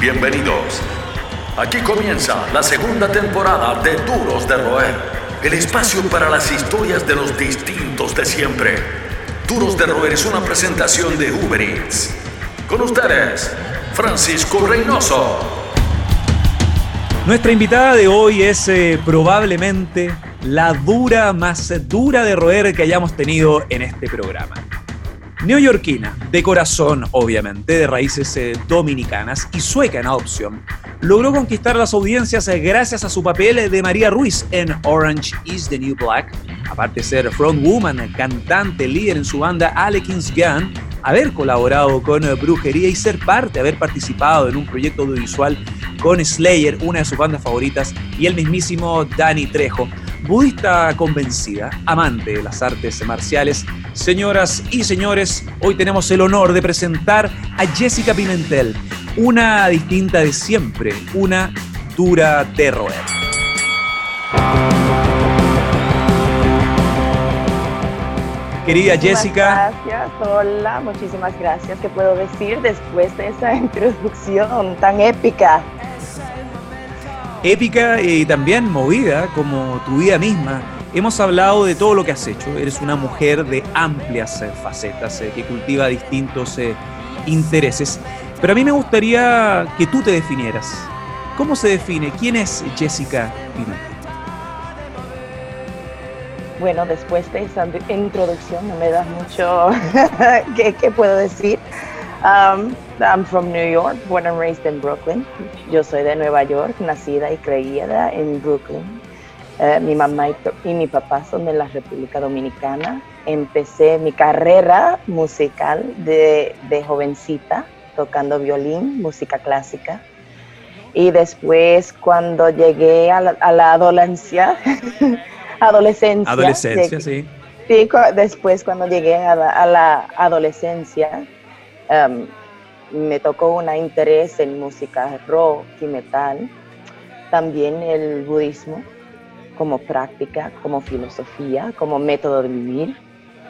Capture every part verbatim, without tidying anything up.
Bienvenidos. Aquí comienza la segunda temporada de Duros de Roer, el espacio para las historias de los distintos de siempre. Duros de Roer es una presentación de Uber Eats. Con ustedes, Francisco Reynoso. Nuestra invitada de hoy es eh, probablemente la dura más dura de roer que hayamos tenido en este programa. Neoyorquina, de corazón obviamente, de raíces eh, dominicanas y sueca en adopción, logró conquistar las audiencias eh, gracias a su papel de María Ruiz en Orange is the New Black. Aparte de ser frontwoman, cantante, líder en su banda Alekins Gun, haber colaborado con eh, Brujería y ser parte, haber participado en un proyecto audiovisual con Slayer, una de sus bandas favoritas, y el mismísimo Danny Trejo. Budista convencida, amante de las artes marciales. Señoras y señores, hoy tenemos el honor de presentar a Jessica Pimentel, una distinta de siempre, una dura de roer. Querida Muchísimas Jessica. Gracias, hola, muchísimas gracias. ¿Qué puedo decir después de esa introducción tan épica? Épica y también movida, como tu vida misma. Hemos hablado de todo lo que has hecho. Eres una mujer de amplias eh, facetas, eh, que cultiva distintos eh, intereses. Pero a mí me gustaría que tú te definieras. ¿Cómo se define? ¿Quién es Jessica Pimentel? Bueno, después de esa introducción no me da mucho. ¿Qué, qué puedo decir? Um, I'm from New York, born and raised in Brooklyn. Yo soy de Nueva York, nacida y criada en Brooklyn. Uh, mi mamá y, y mi papá son de la República Dominicana. Empecé mi carrera musical de, de jovencita, tocando violín, música clásica. Y después, cuando llegué a la, a la adolescencia, adolescencia, Adolescencia, llegué, sí. Sí, después cuando llegué a la, a la adolescencia, Um, me tocó un interés en música rock y metal, también el budismo como práctica, como filosofía, como método de vivir,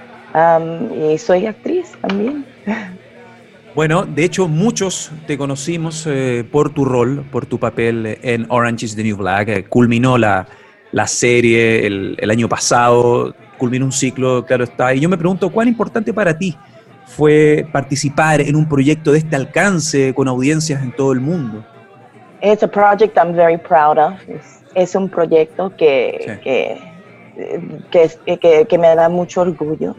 um, y soy actriz también. Bueno, de hecho muchos te conocimos eh, por tu rol, por tu papel en Orange is the New Black. Eh, culminó la, la serie el, el año pasado, culminó un ciclo, claro está, y yo me pregunto, ¿cuán importante para ti fue participar en un proyecto de este alcance con audiencias en todo el mundo? It's a project I'm very proud of. Es, es un proyecto que, sí. que, que, que, que me da mucho orgullo.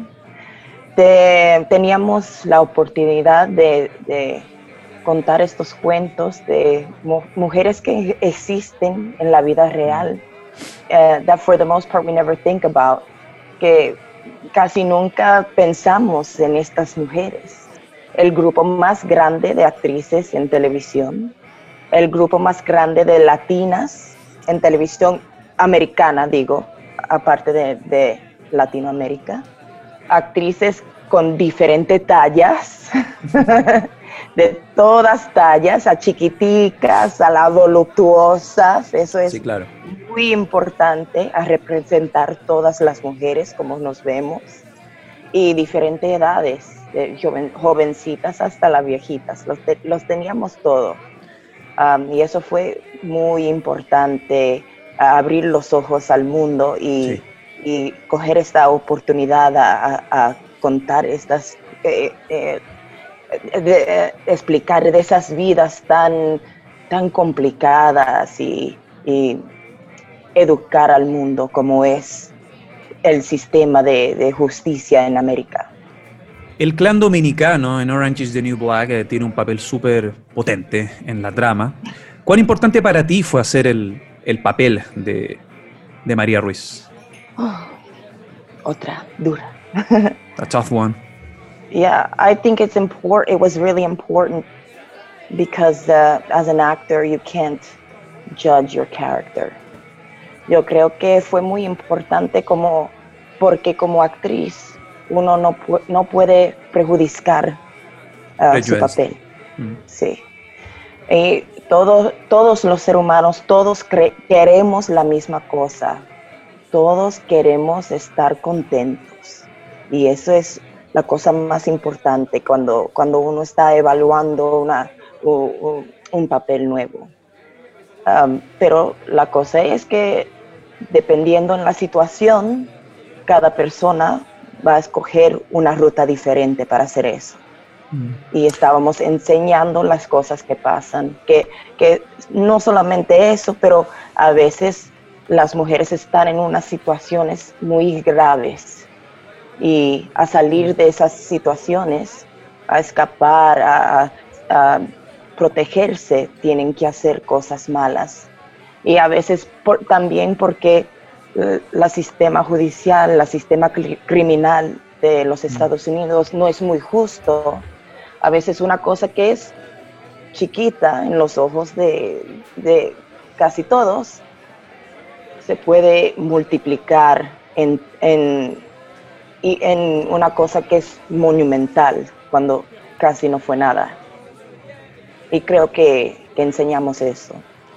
De, teníamos la oportunidad de, de contar estos cuentos de mu- mujeres que existen en la vida real, uh, that for the most part we never think about, que casi nunca pensamos en estas mujeres. El grupo más grande de actrices en televisión, el grupo más grande de latinas en televisión americana, digo, aparte de, de Latinoamérica. Actrices con diferentes tallas, de todas tallas, a chiquiticas, a las voluptuosas. Eso es, sí, claro, muy importante, a representar todas las mujeres como nos vemos, y diferentes edades, de joven, jovencitas hasta las viejitas, los, te, los teníamos todo. Um, y eso fue muy importante, abrir los ojos al mundo y, sí. y coger esta oportunidad a, a, a contar estas, eh, eh, de, de, explicar de esas vidas tan, tan complicadas y, y educar al mundo como es el sistema de, de justicia en América. El clan dominicano en Orange is the New Black eh, tiene un papel súper potente en la trama. ¿Cuán importante para ti fue hacer el, el papel de, de María Ruiz? Oh, otra dura. A tough one. Yeah, I think it's important. It was really important because uh, as an actor you can't judge your character. Yo creo que fue muy importante como porque como actriz uno no, pu- no puede perjudicar uh, su papel. Mm. Sí. Y todo, todos los seres humanos, todos cre- queremos la misma cosa. Todos queremos estar contentos. Y eso es la cosa más importante cuando, cuando uno está evaluando una, uh, uh, un papel nuevo. Um, pero la cosa es que dependiendo en la situación, cada persona va a escoger una ruta diferente para hacer eso. Mm. Y estábamos enseñando las cosas que pasan, que, que no solamente eso, pero a veces las mujeres están en unas situaciones muy graves y a salir de esas situaciones, a escapar, a, a protegerse, tienen que hacer cosas malas. Y a veces por, también porque el sistema judicial, el sistema criminal de los Estados Unidos no es muy justo. A veces una cosa que es chiquita en los ojos de, de casi todos se puede multiplicar en, en, en una cosa que es monumental cuando casi no fue nada. Y creo que, que enseñamos eso.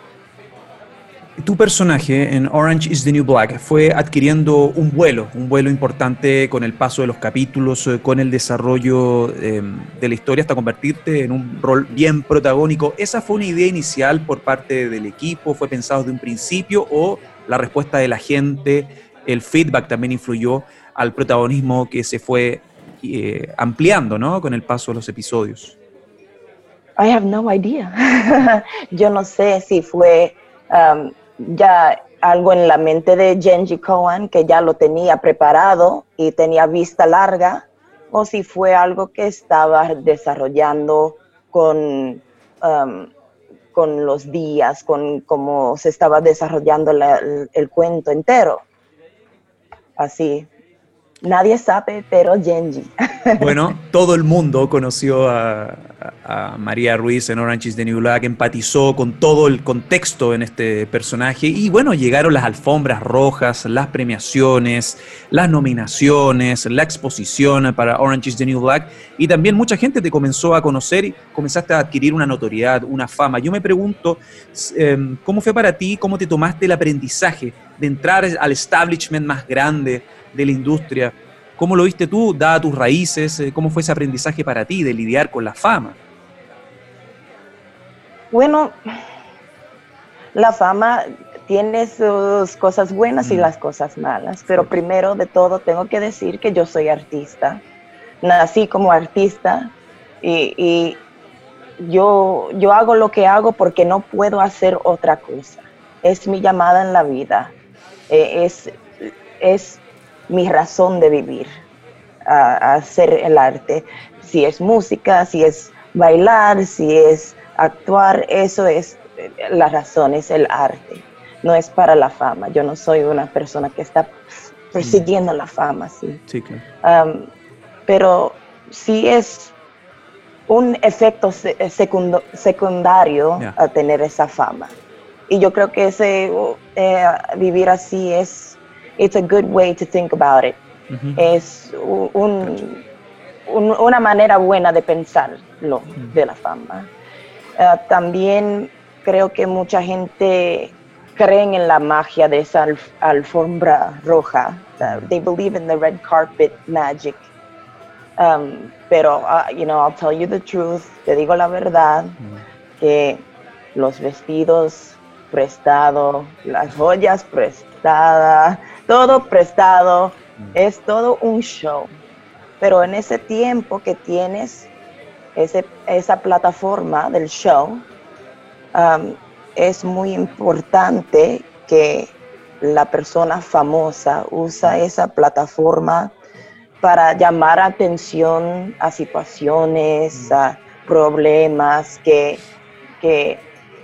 Tu personaje en Orange is the New Black fue adquiriendo un vuelo, un vuelo importante con el paso de los capítulos, con el desarrollo eh, de la historia hasta convertirte en un rol bien protagónico. ¿Esa fue una idea inicial por parte del equipo? ¿Fue pensado desde un principio o la respuesta de la gente, el feedback también influyó al protagonismo que se fue eh, ampliando, ¿no?, con el paso de los episodios? I have no idea. Yo no sé si fue... Um, ya algo en la mente de Jenji Kohan que ya lo tenía preparado y tenía vista larga, o si fue algo que estaba desarrollando con, um, con los días, con cómo se estaba desarrollando la, el, el cuento entero. Así. Nadie sabe, pero Jenji. Bueno, todo el mundo conoció a, a María Ruiz en Orange is the New Black, empatizó con todo el contexto en este personaje y bueno, llegaron las alfombras rojas, las premiaciones, las nominaciones, la exposición para Orange is the New Black y también mucha gente te comenzó a conocer y comenzaste a adquirir una notoriedad, una fama. Yo me pregunto, eh, ¿cómo fue para ti, cómo te tomaste el aprendizaje de entrar al establishment más grande de la industria? ¿Cómo lo viste tú, dadas tus raíces? ¿Cómo fue ese aprendizaje para ti de lidiar con la fama? Bueno, la fama tiene sus cosas buenas mm. y las cosas malas, pero sí. Primero de todo tengo que decir que yo soy artista. Nací como artista y, y yo, yo hago lo que hago porque no puedo hacer otra cosa. Es mi llamada en la vida. Eh, es... es mi razón de vivir, a, a hacer el arte. Si es música, si es bailar, si es actuar, eso es la razón, es el arte. No es para la fama. Yo no soy una persona que está persiguiendo mm. la fama, sí. Sí, claro. Um, pero sí es un efecto secundo, secundario yeah. a tener esa fama. Y yo creo que ese eh, vivir así es It's a good way to think about it. Uh-huh. Es un, un, una manera buena de pensarlo, uh-huh. de la fama. Uh, también creo que mucha gente cree en la magia de esa alf- alfombra roja. Uh, they believe in the red carpet magic. Um, pero, uh, you know, I'll tell you the truth. Te digo la verdad, uh-huh. que los vestidos prestados, las joyas prestadas, todo prestado, mm. es todo un show. Pero en ese tiempo que tienes ese, esa plataforma del show, um, es muy importante que la persona famosa usa esa plataforma para llamar atención a situaciones, mm. a problemas que, que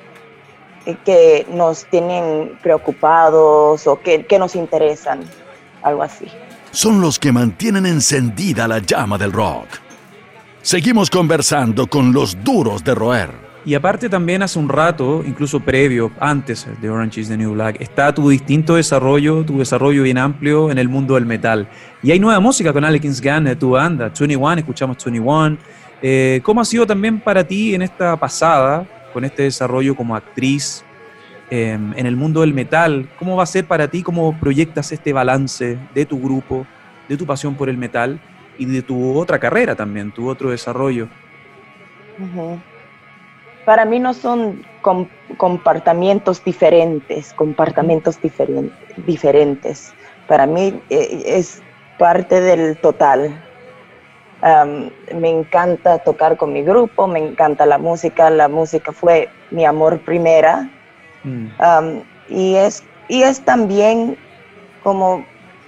que nos tienen preocupados o que, que nos interesan, algo así. Son los que mantienen encendida la llama del rock. Seguimos conversando con los duros de roer. Y aparte también hace un rato, incluso previo, antes de Orange is the New Black, está tu distinto desarrollo, tu desarrollo bien amplio en el mundo del metal. Y hay nueva música con Alekins Gun de tu banda, veintiuno, escuchamos veintiuno. Eh, ¿Cómo ha sido también para ti en esta pasada, con este desarrollo como actriz eh, en el mundo del metal? ¿Cómo va a ser para ti? ¿Cómo proyectas este balance de tu grupo, de tu pasión por el metal y de tu otra carrera también, tu otro desarrollo? Uh-huh. para mí no son com- comportamientos diferentes, comportamientos diferen- diferentes. Para mí eh, es parte del total. Um, me encanta tocar con mi grupo, me encanta la música, la música fue mi amor primera. Mm. Um, y, es, y es también como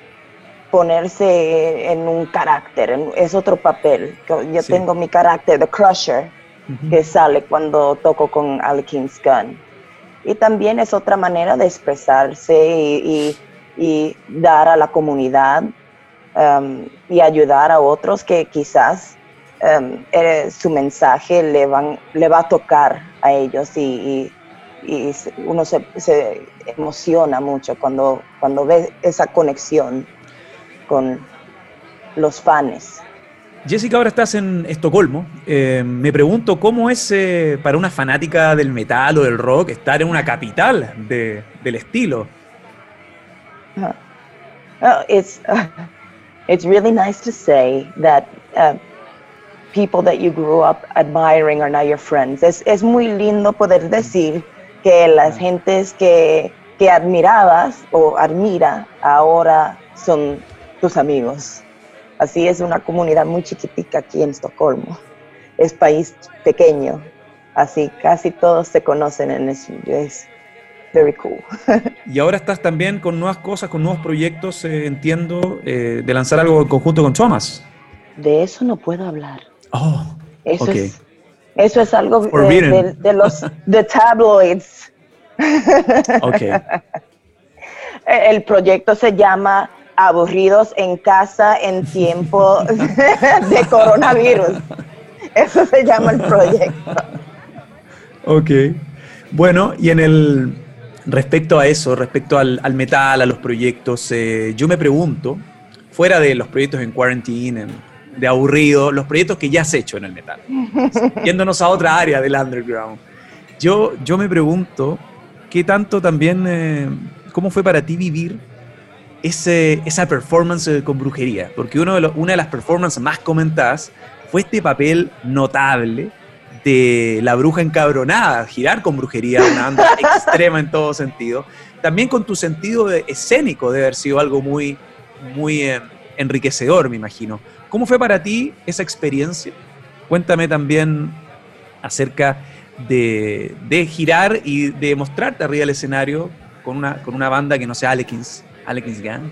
ponerse en un carácter, en, es otro papel. Yo sí. tengo mi carácter, The Crusher, uh-huh. que sale cuando toco con Alle King's Gun. Y también es otra manera de expresarse y, y, y dar a la comunidad Um, y ayudar a otros que quizás um, eh, su mensaje le, van, le va a tocar a ellos y, y, y uno se, se emociona mucho cuando, cuando ve esa conexión con los fans. Jessica, ahora estás en Estocolmo. Eh, me pregunto cómo es eh, para una fanática del metal o del rock estar en una capital de, del estilo. Uh, oh, it's, uh, It's really nice to say that uh, people that you grew up admiring are now your friends. Es, es muy lindo poder decir que las gentes que, que admirabas o admira ahora son tus amigos. Así es una comunidad muy chiquitica aquí en Estocolmo. Es país pequeño, así casi todos se conocen en eso. Es very cool. Y ahora estás también con nuevas cosas, con nuevos proyectos, eh, entiendo, eh, de lanzar algo en conjunto con Thomas. De eso no puedo hablar. Oh, eso okay. es Eso es algo eh, de, de los de tabloids. Okay. El proyecto se llama Aburridos en casa en tiempo de coronavirus. Eso se llama el proyecto. Ok. Bueno, y en el respecto a eso, respecto al, al metal, a los proyectos, eh, yo me pregunto, fuera de los proyectos en Quarantine, en, de aburrido, los proyectos que ya has hecho en el metal, yéndonos a otra área del underground, yo, yo me pregunto qué tanto también, eh, cómo fue para ti vivir ese, esa performance con Brujería, porque uno de los, una de las performances más comentadas fue este papel notable de la bruja encabronada, girar con Brujería, una banda extrema en todo sentido. También con tu sentido de escénico debe haber sido algo muy, muy eh, enriquecedor, me imagino. ¿Cómo fue para ti esa experiencia? Cuéntame también acerca de, de girar y de mostrarte arriba del escenario con una, con una banda que no sea Alle King's, Alle King's Gun.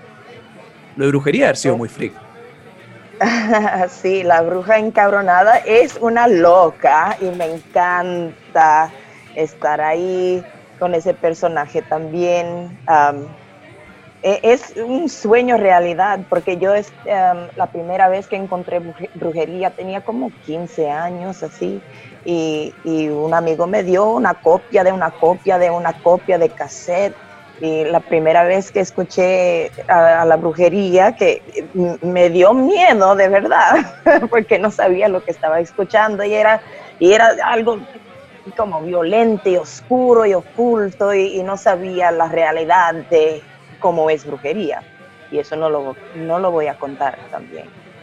Lo de Brujería debe haber sido muy freak. Sí, la bruja encabronada es una loca y me encanta estar ahí con ese personaje también. Um, es un sueño realidad, porque yo es, um, la primera vez que encontré Brujería tenía como quince años así, y, y un amigo me dio una copia de una copia de una copia de cassette. Y la primera vez que escuché a, a la Brujería, que me dio miedo de verdad, porque no sabía lo que estaba escuchando, y era, y era algo como violento y oscuro y oculto, y, y no sabía la realidad de cómo es Brujería. Y eso no lo, no lo voy a contar también.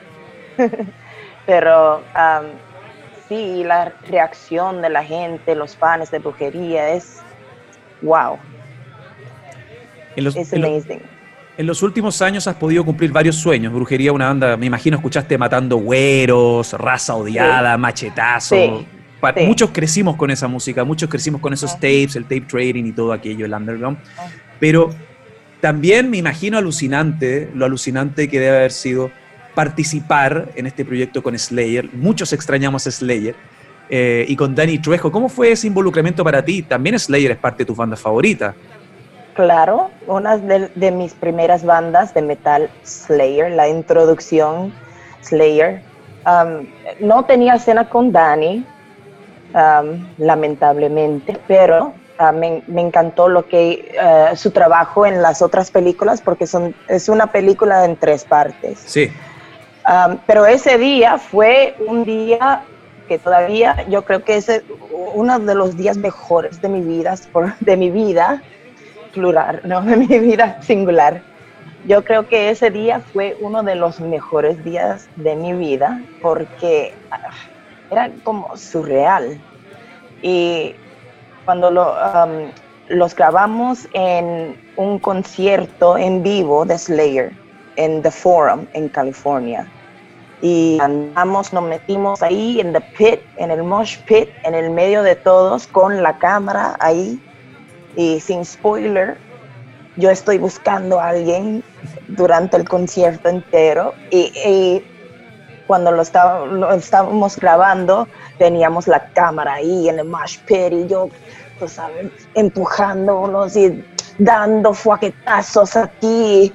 Pero um, sí, la reacción de la gente, los fans de Brujería es wow. En los, en, lo, en los últimos años has podido cumplir varios sueños. Brujería, una banda, me imagino, escuchaste Matando Güeros, Raza Odiada, sí. Machetazo. Sí. Para, sí. Muchos crecimos con esa música, muchos crecimos con esos uh-huh. tapes, el tape trading y todo aquello, el underground. Uh-huh. Pero también me imagino alucinante, lo alucinante que debe haber sido participar en este proyecto con Slayer. Muchos extrañamos a Slayer. Eh, y con Danny Trejo. ¿Cómo fue ese involucramiento para ti? También Slayer es parte de tus bandas favoritas. Claro, una de, de mis primeras bandas de metal, Slayer, la introducción Slayer. Um, no tenía escena con Danny, um, lamentablemente, pero uh, me, me encantó lo que uh, su trabajo en las otras películas, porque son, es una película en tres partes. Sí. Um, pero ese día fue un día que todavía yo creo que es uno de los días mejores de mi vida, de mi vida. plural, no, de mi vida singular. Yo creo que ese día fue uno de los mejores días de mi vida, porque era como surreal. Y cuando lo, um, los grabamos en un concierto en vivo de Slayer en The Forum en California. Y andamos, nos metimos ahí en the pit, en el mosh pit, en el medio de todos, con la cámara ahí. Y sin spoiler, yo estoy buscando a alguien durante el concierto entero. Y, y cuando lo, estaba, lo estábamos grabando, teníamos la cámara ahí en el mosh pit y yo, tú sabes, empujándonos y dando fuaquetazos aquí.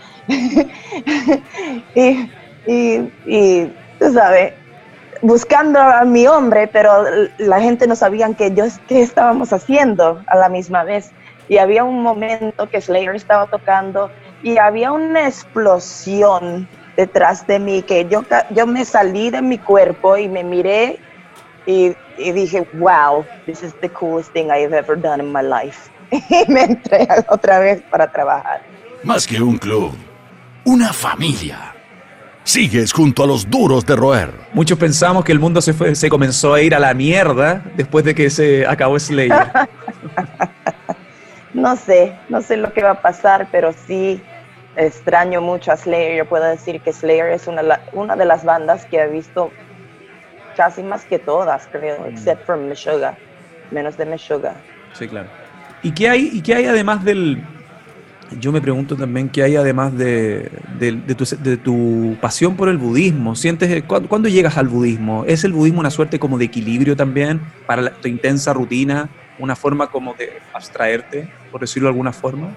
y, y, y, tú sabes, buscando a mi hombre, pero la gente no sabía que yo, qué estábamos haciendo a la misma vez. Y había un momento que Slayer estaba tocando y había una explosión detrás de mí que yo, yo me salí de mi cuerpo y me miré y, y dije, wow, this is the coolest thing I've ever done in my life. Y me entré otra vez para trabajar. Más que un club, una familia. Sigues junto a los duros de roer. Muchos pensamos que el mundo se, fue, se comenzó a ir a la mierda después de que se acabó Slayer. No sé, no sé lo que va a pasar, pero sí extraño mucho a Slayer. Yo puedo decir que Slayer es una, una de las bandas que he visto casi más que todas, creo, mm. except for Meshuggah, menos de Meshuggah. Sí, claro. ¿Y qué hay, y qué hay además del... Yo me pregunto también qué hay además de, de, de, tu, de tu pasión por el budismo. ¿Sientes, ¿cuándo, ¿Cuándo llegas al budismo? ¿Es el budismo una suerte como de equilibrio también para la, tu intensa rutina? ¿Una forma como de abstraerte, por decirlo de alguna forma?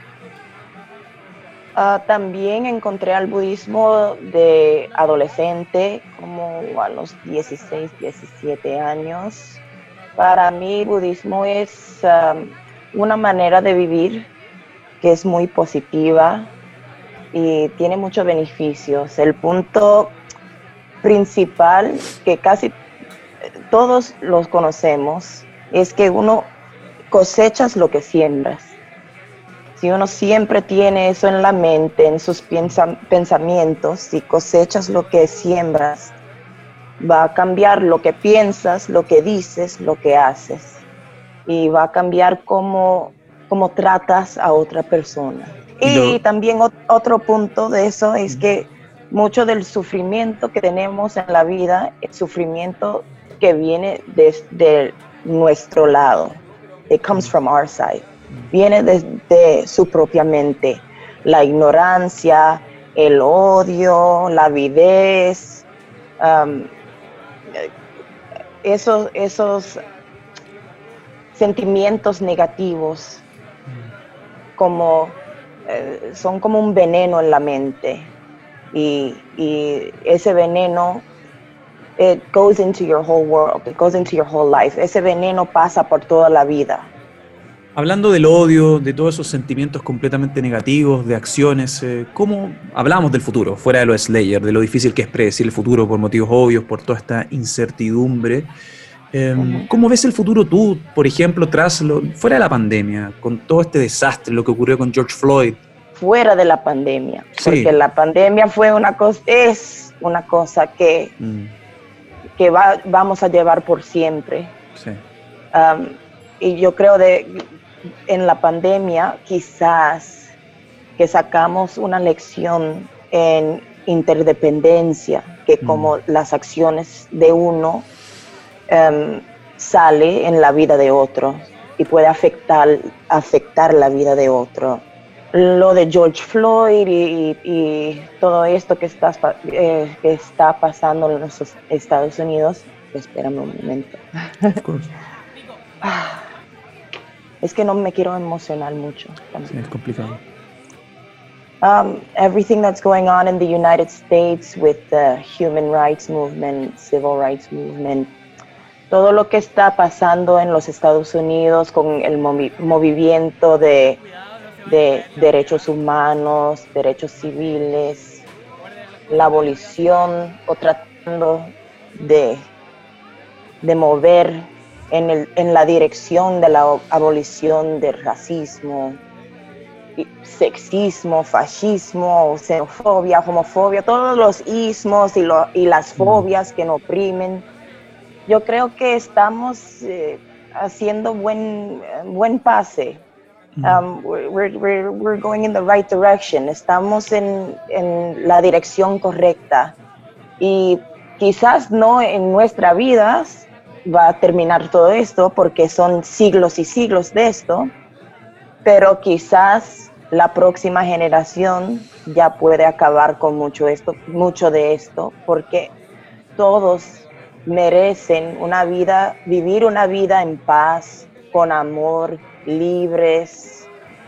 Uh, también encontré al budismo de adolescente, como a los dieciséis, diecisiete años. Para mí, budismo es um, una manera de vivir que es muy positiva y tiene muchos beneficios. El punto principal, que casi todos los conocemos, es que uno cosechas lo que siembras. Si uno siempre tiene eso en la mente, en sus pensamientos, si cosechas lo que siembras, va a cambiar lo que piensas, lo que dices, lo que haces. Y va a cambiar cómo, cómo tratas a otra persona. Y, y lo... también otro punto de eso es que mucho del sufrimiento que tenemos en la vida es sufrimiento que viene desde nuestro lado. It comes from our side. Viene desde su propia mente. La ignorancia, el odio, la avidez, um, esos, esos sentimientos negativos como, eh, son como un veneno en la mente. Y, y ese veneno, it goes into your whole world, it goes into your whole life. Ese veneno pasa por toda la vida. Hablando del odio, de todos esos sentimientos completamente negativos, de acciones, eh, ¿cómo hablamos del futuro, fuera de lo de Slayer, de lo difícil que es predecir el futuro por motivos obvios, por toda esta incertidumbre? Eh, uh-huh. ¿Cómo ves el futuro tú, por ejemplo, tras lo, fuera de la pandemia, con todo este desastre, lo que ocurrió con George Floyd? Fuera de la pandemia, sí. Porque la pandemia fue una cosa, es una cosa que, mm. que va, vamos a llevar por siempre. Sí. Um, y yo creo de en la pandemia quizás que sacamos una lección en interdependencia, que como mm. las acciones de uno um, sale en la vida de otro y puede afectar, afectar la vida de otro. Lo de George Floyd y, y, y todo esto que está, eh, que está pasando en los Estados Unidos, espérame un momento. Es que no me quiero emocionar mucho. Sí, es complicado. Um, everything that's going on in the United States with the human rights movement, civil rights movement, todo lo que está pasando en los Estados Unidos con el movi- movimiento de, de derechos humanos, derechos civiles, la abolición o tratando de, de mover En, el, en la dirección de la abolición del racismo, sexismo, fascismo, xenofobia, homofobia, todos los ismos y, lo, y las fobias que nos oprimen. Yo creo que estamos eh, haciendo buen, buen pase. Um, we're, we're, we're going in the right direction. Estamos en, en la dirección correcta. Y quizás no en nuestras vidas va a terminar todo esto porque son siglos y siglos de esto, pero quizás la próxima generación ya puede acabar con mucho, esto, mucho de esto, porque todos merecen una vida, vivir una vida en paz, con amor, libres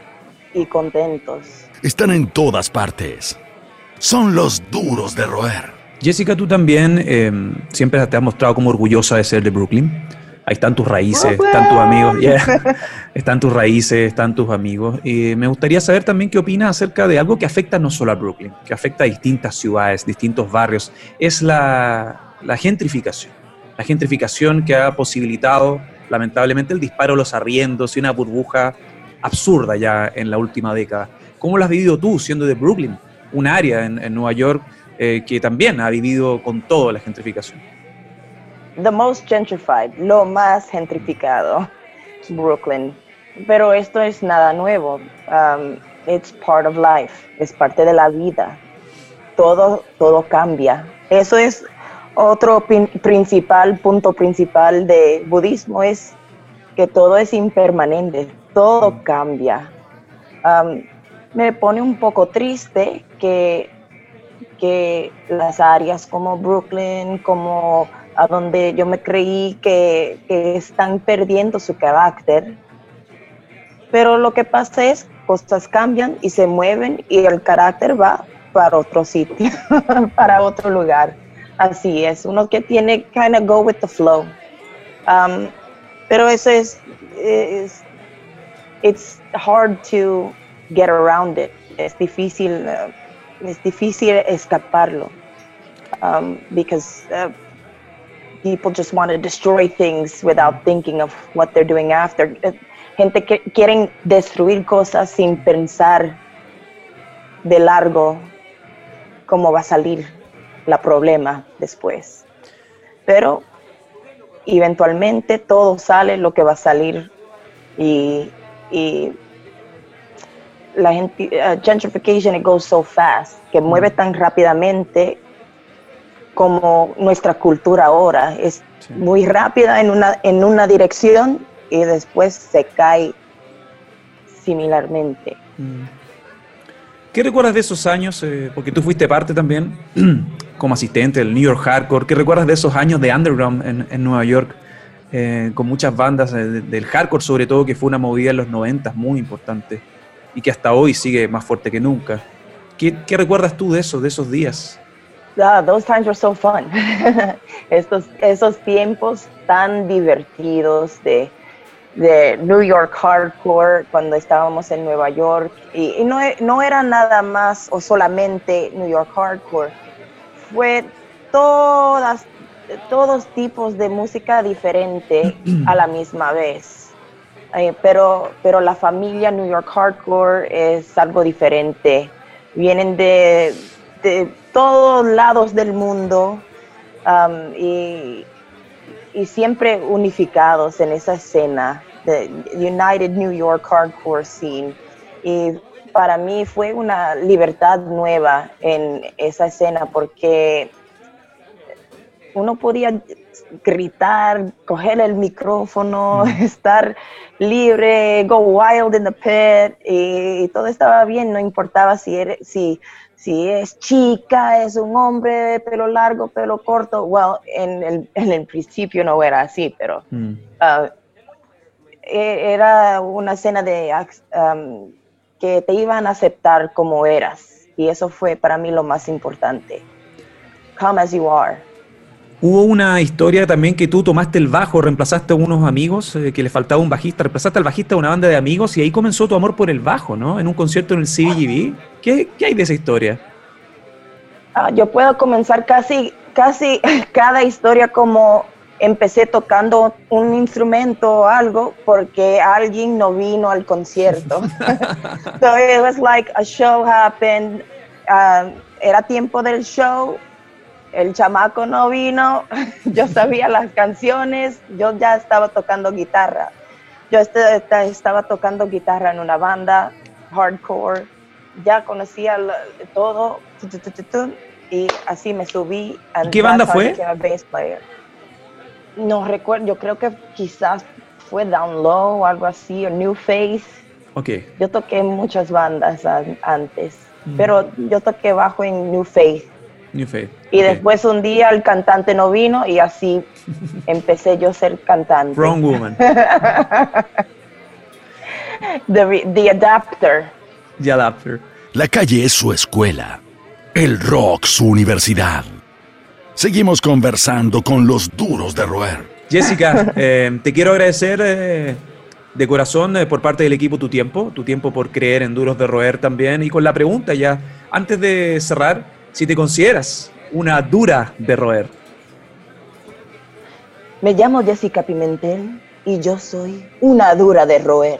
y contentos. Están en todas partes. Son los duros de roer. Jessica, tú también eh, siempre te has mostrado como orgullosa de ser de Brooklyn. Ahí están tus raíces, están tus amigos, yeah. Están tus raíces, están tus amigos. Y me gustaría saber también qué opinas acerca de algo que afecta no solo a Brooklyn, que afecta a distintas ciudades, distintos barrios. Es la, la gentrificación. La gentrificación que ha posibilitado, lamentablemente, el disparo de los arriendos y una burbuja absurda ya en la última década. ¿Cómo lo has vivido tú, siendo de Brooklyn, un área en, en Nueva York eh, que también ha vivido con todo la gentrificación? The most gentrified, lo más gentrificado, Brooklyn. Pero esto es nada nuevo. Um, it's part of life. Es parte de la vida. Todo, todo cambia. Eso es otro pin- principal, punto principal de budismo, es que todo es impermanente. Todo cambia. Um, me pone un poco triste que, que las áreas como Brooklyn, como a donde yo me creí que, que están perdiendo su carácter. Pero lo que pasa es, cosas cambian y se mueven y el carácter va para otro sitio, para otro lugar. Así es, uno que tiene kind of go with the flow. Um, pero eso es, es, it's hard to get around it. Es difícil, uh, es difícil escaparlo. Um, because uh, people just want to destroy things without thinking of what they're doing after. Gente que quieren destruir cosas sin pensar de largo cómo va a salir la problema después. Pero eventualmente todo sale lo que va a salir y, y la gente, uh, gentrification, it goes so fast, que mueve tan rápidamente como nuestra cultura ahora. Es sí. muy rápida en una, en una dirección y después se cae similarmente. ¿Qué recuerdas de esos años? Eh, porque tú fuiste parte también como asistente del New York Hardcore. ¿Qué recuerdas de esos años de underground en, en Nueva York? Eh, con muchas bandas eh, del hardcore sobre todo, que fue una movida en los noventas muy importante y que hasta hoy sigue más fuerte que nunca. ¿Qué, qué recuerdas tú de eso, de esos días? Ah, those times were so fun. Estos, esos tiempos tan divertidos de, de New York Hardcore cuando estábamos en Nueva York. Y, y no, no era nada más o solamente New York Hardcore. Fue todas, todos tipos de música diferente a la misma vez. Eh, pero, pero la familia New York Hardcore es algo diferente. Vienen de... de todos lados del mundo um, y, y siempre unificados en esa escena, the United New York Hardcore Scene. Y para mí fue una libertad nueva en esa escena porque uno podía gritar, coger el micrófono, mm. estar libre, go wild in the pit y, y todo estaba bien, no importaba si era, si Si es chica, es un hombre, pelo largo, pelo corto. Well, en el, en el principio no era así, pero mm. uh, era una escena de um, que te iban a aceptar como eras. Y eso fue para mí lo más importante. Come as you are. Hubo una historia también que tú tomaste el bajo, reemplazaste a unos amigos, eh, que le faltaba un bajista, reemplazaste al bajista de una banda de amigos y ahí comenzó tu amor por el bajo, ¿no? En un concierto en el C B G B. ¿Qué, qué hay de esa historia? Uh, yo puedo comenzar casi, casi cada historia como empecé tocando un instrumento o algo porque alguien no vino al concierto. So it was like a show happened, uh, era tiempo del show. el chamaco no vino, yo sabía las canciones, yo ya estaba tocando guitarra. Yo este, este, estaba tocando guitarra en una banda hardcore, ya conocía lo, todo, tu, tu, tu, tu, tu, y así me subí. ¿Qué banda fue? Bass player. No recuerdo, yo creo que quizás fue Down Low o algo así, o New Face. Okay. Yo toqué muchas bandas an- antes, mm. pero yo toqué bajo en New Faith. New Faith. Y okay. después un día el cantante no vino y así empecé yo a ser cantante. Wrong woman. the, the Adapter. The Adapter. La calle es su escuela, el rock su universidad. Seguimos conversando con los duros de roer. Jessica, eh, te quiero agradecer eh, de corazón eh, por parte del equipo tu tiempo, tu tiempo por creer en Duros de Roer también. Y con la pregunta ya, antes de cerrar, si te consideras una dura de roer. Me llamo Jessica Pimentel y yo soy una dura de roer.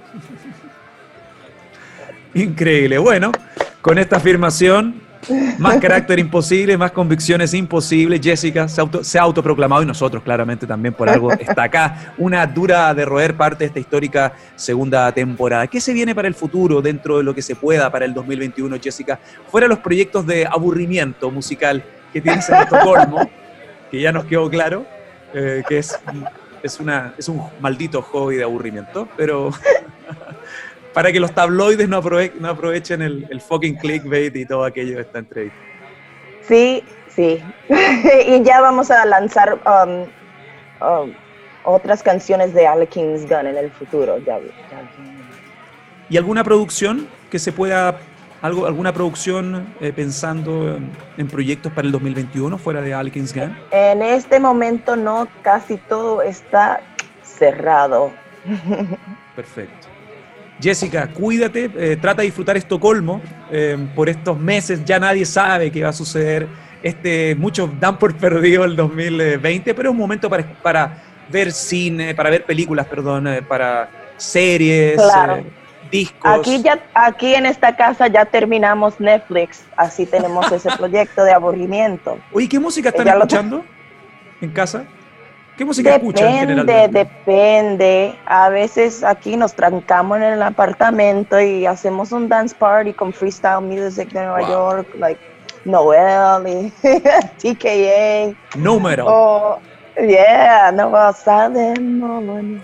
Increíble. Bueno, con esta afirmación, más carácter imposible, más convicciones imposibles. Jessica se, auto, se ha autoproclamado, y nosotros claramente también por algo está acá, una dura de roer, parte de esta histórica segunda temporada. ¿Qué se viene para el futuro dentro de lo que se pueda para el dos mil veintiuno, Jessica? Fuera los proyectos de aburrimiento musical que tienes en Estocolmo, que ya nos quedó claro, eh, que es, es, una, es un maldito hobby de aburrimiento, pero... para que los tabloides no, aprove- no aprovechen el, el fucking clickbait y todo aquello de esta entrevista. Sí, sí. Y ya vamos a lanzar um, um, otras canciones de Alekins Gun en el futuro. Ya, ya. ¿Y alguna producción que se pueda, algo, alguna producción eh, pensando en, en proyectos para el dos mil veintiuno fuera de Alekins Gun? En este momento no, casi todo está cerrado. Perfecto. Jessica, cuídate, eh, trata de disfrutar Estocolmo eh, por estos meses, ya nadie sabe qué va a suceder. Este, muchos dan por perdido el dos mil veinte, pero es un momento para, para ver cine, para ver películas, perdón, eh, para series, claro. eh, discos. Aquí, ya, aquí en esta casa ya terminamos Netflix, así tenemos ese proyecto de aburrimiento. Oye, ¿qué música están ya escuchando lo... en casa? ¿Qué música depende, escuchan generalmente? Depende. A veces aquí nos trancamos en el apartamento y hacemos un dance party con freestyle music de Nueva wow. York, like Noel y T K A. No metal. Oh, yeah, no sabemos.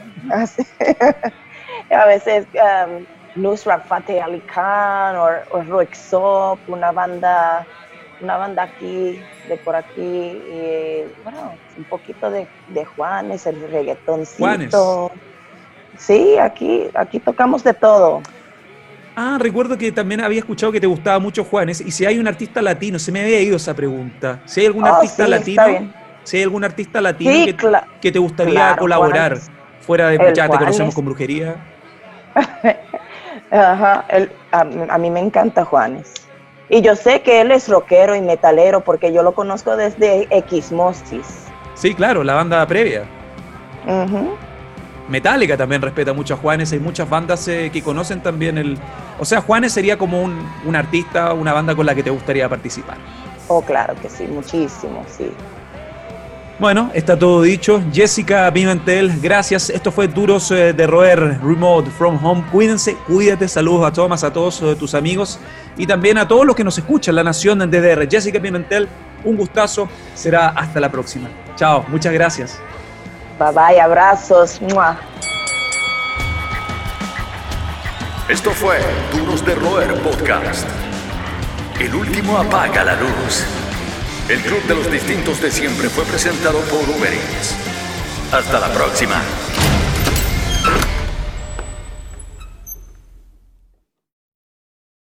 A veces um, Nusrat Fateh Ali Khan o, o Roexop, una banda... una banda aquí, de por aquí, y bueno, un poquito de, de Juanes, el reggaetoncito. Juanes. Sí, aquí, aquí tocamos de todo. Ah, recuerdo que también había escuchado que te gustaba mucho Juanes, y si hay un artista latino, se me había ido esa pregunta, si hay algún oh, artista sí, latino, si hay algún artista latino sí, que, cl- que te gustaría claro, colaborar, Juanes. Fuera de ya te conocemos con brujería. Ajá, el, a, a mí me encanta Juanes. Y yo sé que él es rockero y metalero porque yo lo conozco desde Xmostis. Sí, claro, la banda previa. Uh-huh. Metallica también respeta mucho a Juanes. Hay muchas bandas eh, que conocen también el... O sea, Juanes sería como un, un artista, una banda con la que te gustaría participar. Oh, claro que sí, muchísimo, sí. Bueno, está todo dicho. Jessica Pimentel, gracias. Esto fue Duros de Roer, Remote from Home. Cuídense, cuídate. Saludos a Thomas, a todos tus amigos y también a todos los que nos escuchan, la Nación de D D R. Jessica Pimentel, un gustazo. Será hasta la próxima. Chao, muchas gracias. Bye bye, abrazos. ¡Mua! Esto fue Duros de Roer Podcast. El último apaga la luz. El Club de los Distintos de Siempre fue presentado por Uber Eats. Hasta la próxima.